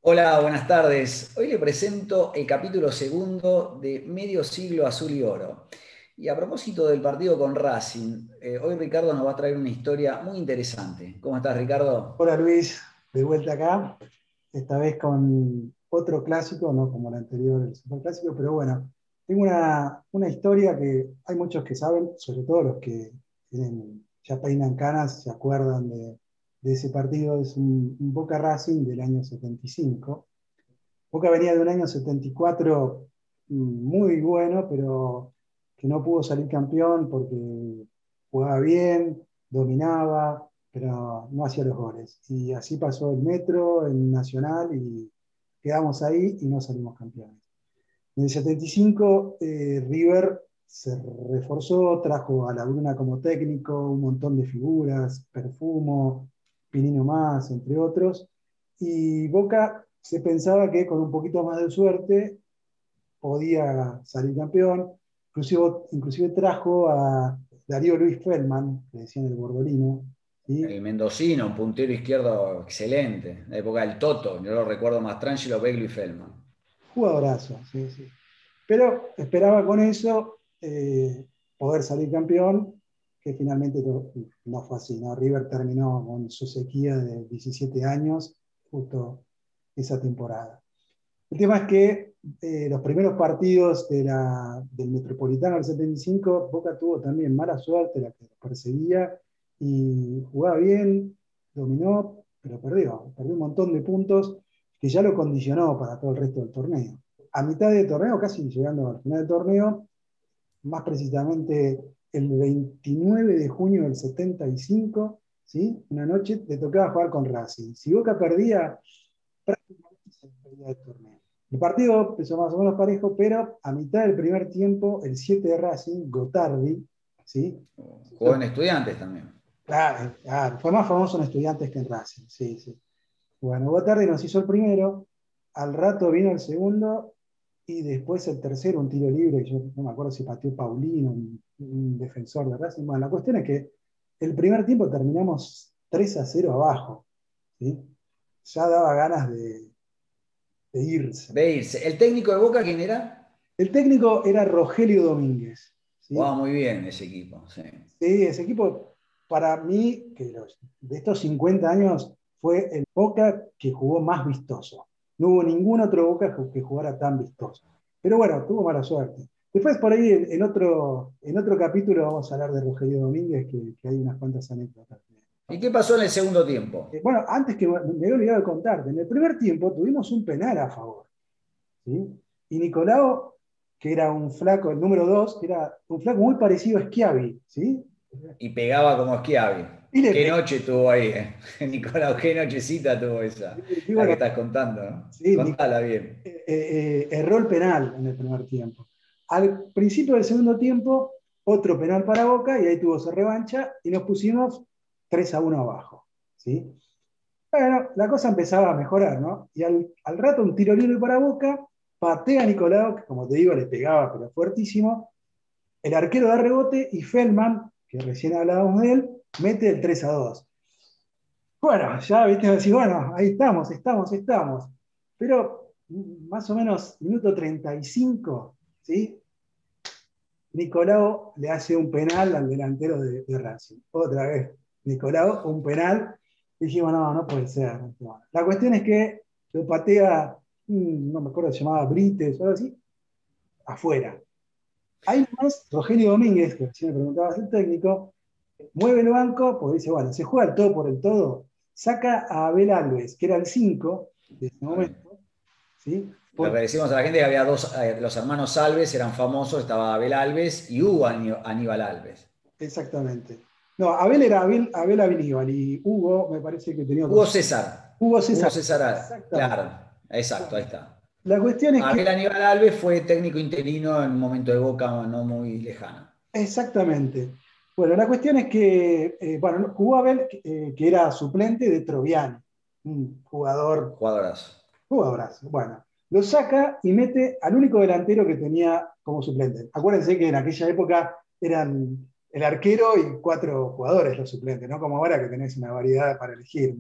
Hola, buenas tardes. Hoy le presento el capítulo segundo de Medio Siglo Azul y Oro. Y a propósito del partido con Racing, hoy Ricardo nos va a traer una historia muy interesante. ¿Cómo estás, Ricardo? Hola Luis, de vuelta acá, esta vez con otro clásico, no como el anterior, el superclásico, pero bueno, tengo una historia que hay muchos que saben, sobre todo los que ya peinan canas, se acuerdan de ese partido. Es un Boca Racing del año 75. Boca venía de un año 74 muy bueno, pero que no pudo salir campeón porque jugaba bien, dominaba, pero no hacía los goles. Y así pasó el Metro, el Nacional, y quedamos ahí y no salimos campeones. En el 75, River se reforzó, trajo a la Bruna como técnico, un montón de figuras, Perfumo, Pinino Más, entre otros, y Boca se pensaba que con un poquito más de suerte podía salir campeón. Inclusive trajo a Darío Luis Feldman, que decían el Bordolino, ¿sí? El mendocino, un puntero izquierdo excelente, la época del Toto, yo lo recuerdo más Trangelo, Beglio y Feldman. Jugadorazo, sí, sí. Pero esperaba con eso poder salir campeón, que finalmente no fue así, ¿no? River terminó con su sequía de 17 años, justo esa temporada. El tema es que los primeros partidos del Metropolitano del 75, Boca tuvo también mala suerte, la que los perseguía, y jugaba bien, dominó, pero perdió un montón de puntos que ya lo condicionó para todo el resto del torneo. A mitad del torneo, casi llegando al final del torneo, más precisamente el 29 de junio del 75, ¿sí? Una noche le tocaba jugar con Racing. Si Boca perdía, prácticamente se perdía el torneo. El partido empezó más o menos parejo, pero a mitad del primer tiempo, el 7 de Racing, Gotardi, ¿sí? Jugó en Estudiantes también. Claro, claro, fue más famoso en Estudiantes que en Racing, sí, sí. Bueno, Gotardi nos hizo el primero, al rato vino el segundo y después el tercero, un tiro libre, yo no me acuerdo si pateó Paulino, un defensor de Racing. Bueno, la cuestión es que el primer tiempo terminamos 3-0 abajo, ¿sí? Ya daba ganas de irse. De irse. ¿El técnico de Boca quién era? El técnico era Rogelio Domínguez, Jugaba ¿sí? muy bien ese equipo, sí. Sí, ese equipo, para mí, de estos 50 años, fue el Boca que jugó más vistoso. No hubo ningún otro Boca que jugara tan vistoso. Pero bueno, tuvo mala suerte. Después, por ahí, en otro capítulo, vamos a hablar de Rogelio Domínguez, que hay unas cuantas anécdotas. ¿Y qué pasó en el segundo tiempo? Bueno, antes que me había olvidado de contarte, en el primer tiempo tuvimos un penal a favor, ¿sí? Y Nicolao, que era un flaco, el número 2, que era un flaco muy parecido a Schiavi, ¿sí? Y pegaba como Schiavi. Y le Qué pegó. noche tuvo ahí, Nicolau, qué nochecita tuvo esa, Y la que bueno, estás contando, ¿no? sí, Contala bien. erró el penal en el primer tiempo. Al principio del segundo tiempo, otro penal para Boca y ahí tuvo su revancha y nos pusimos 3-1 abajo, ¿sí? Bueno, la cosa empezaba a mejorar, ¿no? Y al rato un tiro libre para Boca, patea a Nicolau, que como te digo le pegaba pero fuertísimo, el arquero da rebote y Feldman, que recién hablábamos de él, mete el 3-2. Bueno, ya viste, decir, bueno, ahí estamos. Pero más o menos minuto 35, ¿sí? Nicolau le hace un penal al delantero de Racing. Otra vez, Nicolau, un penal. Y dijimos, no, no puede ser. La cuestión es que lo patea, no me acuerdo, se llamaba Brites o algo así, afuera. Ahí nomás, Rogelio Domínguez, que recién me preguntabas el técnico, mueve el banco, porque dice, bueno, se juega el todo por el todo, saca a Abel Alves, que era el 5 de ese Está bien. momento, ¿sí? Lo que decimos a la gente que había dos, los hermanos Alves eran famosos, estaba Abel Alves y Hugo Aníbal Alves. Exactamente. No, Abel era Abel Aníbal y Hugo me parece que tenía Hugo otros. César, Hugo Hugo César, César, exactamente. claro, exacto, ahí Bueno, está. la cuestión es que, Abel Aníbal Alves fue técnico interino en un momento de Boca no muy lejano. exactamente. Bueno, la cuestión es que, bueno, jugó Abel, que era suplente de Troviani, un Jugadorazo. jugadorazo. Bueno, lo saca y mete al único delantero que tenía como suplente. Acuérdense que en aquella época eran el arquero y 4 jugadores los suplentes, no como ahora que tenés una variedad para elegir, ¿no?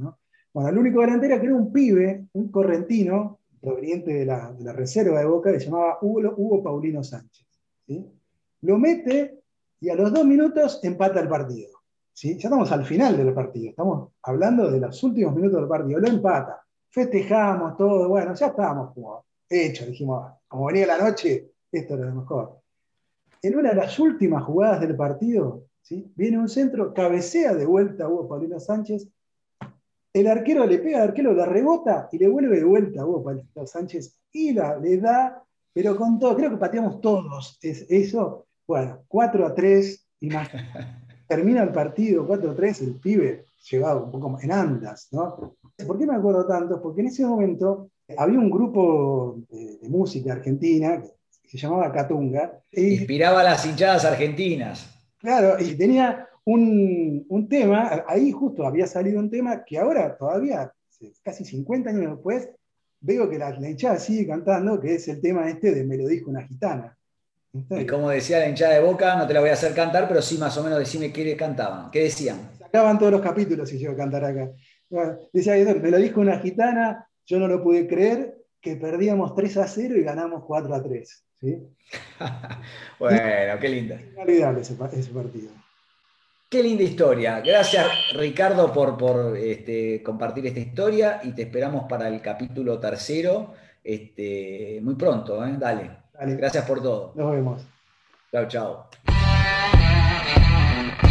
Bueno, el único delantero que era un pibe, un correntino, proveniente de la reserva de Boca, que se llamaba Hugo Paulino Sánchez. ¿Sí? Lo mete y a los 2 minutos empata el partido. ¿Sí? Ya estamos al final del partido, estamos hablando de los últimos minutos del partido. Lo empata, festejamos todo, bueno, ya estábamos como hechos, dijimos, como venía la noche, esto era lo mejor. En una de las últimas jugadas del partido, ¿sí? Viene un centro, cabecea de vuelta a Hugo Paulino Sánchez, el arquero le pega al arquero, la rebota y le vuelve de vuelta a Hugo Paulino Sánchez y le da, pero con todo, creo que pateamos todos eso. Bueno, 4-3 y más. Termina el partido 4-3, el pibe llevado un poco en andas, ¿no? ¿Por qué me acuerdo tanto? Porque en ese momento había un grupo de música argentina que se llamaba Catunga. Y, Inspiraba a las hinchadas argentinas. claro, y tenía un tema, ahí justo había salido un tema que ahora todavía, casi 50 años después, veo que la hinchada sigue cantando, que es el tema este de Me lo dijo una gitana. Y como decía la hinchada de Boca, no te la voy a hacer cantar, pero sí más o menos decime qué cantaban, qué decían. Sacaban todos los capítulos y yo a cantar acá. Bueno, decía, me lo dijo una gitana, yo no lo pude creer, que perdíamos 3-0 y ganamos 4-3. ¿Sí? Bueno, qué linda. Inolvidable ese partido. Qué linda historia. Gracias, Ricardo, por compartir esta historia y te esperamos para el capítulo tercero muy pronto. Dale. Dale, Gracias por todo. nos vemos. Chao, chao.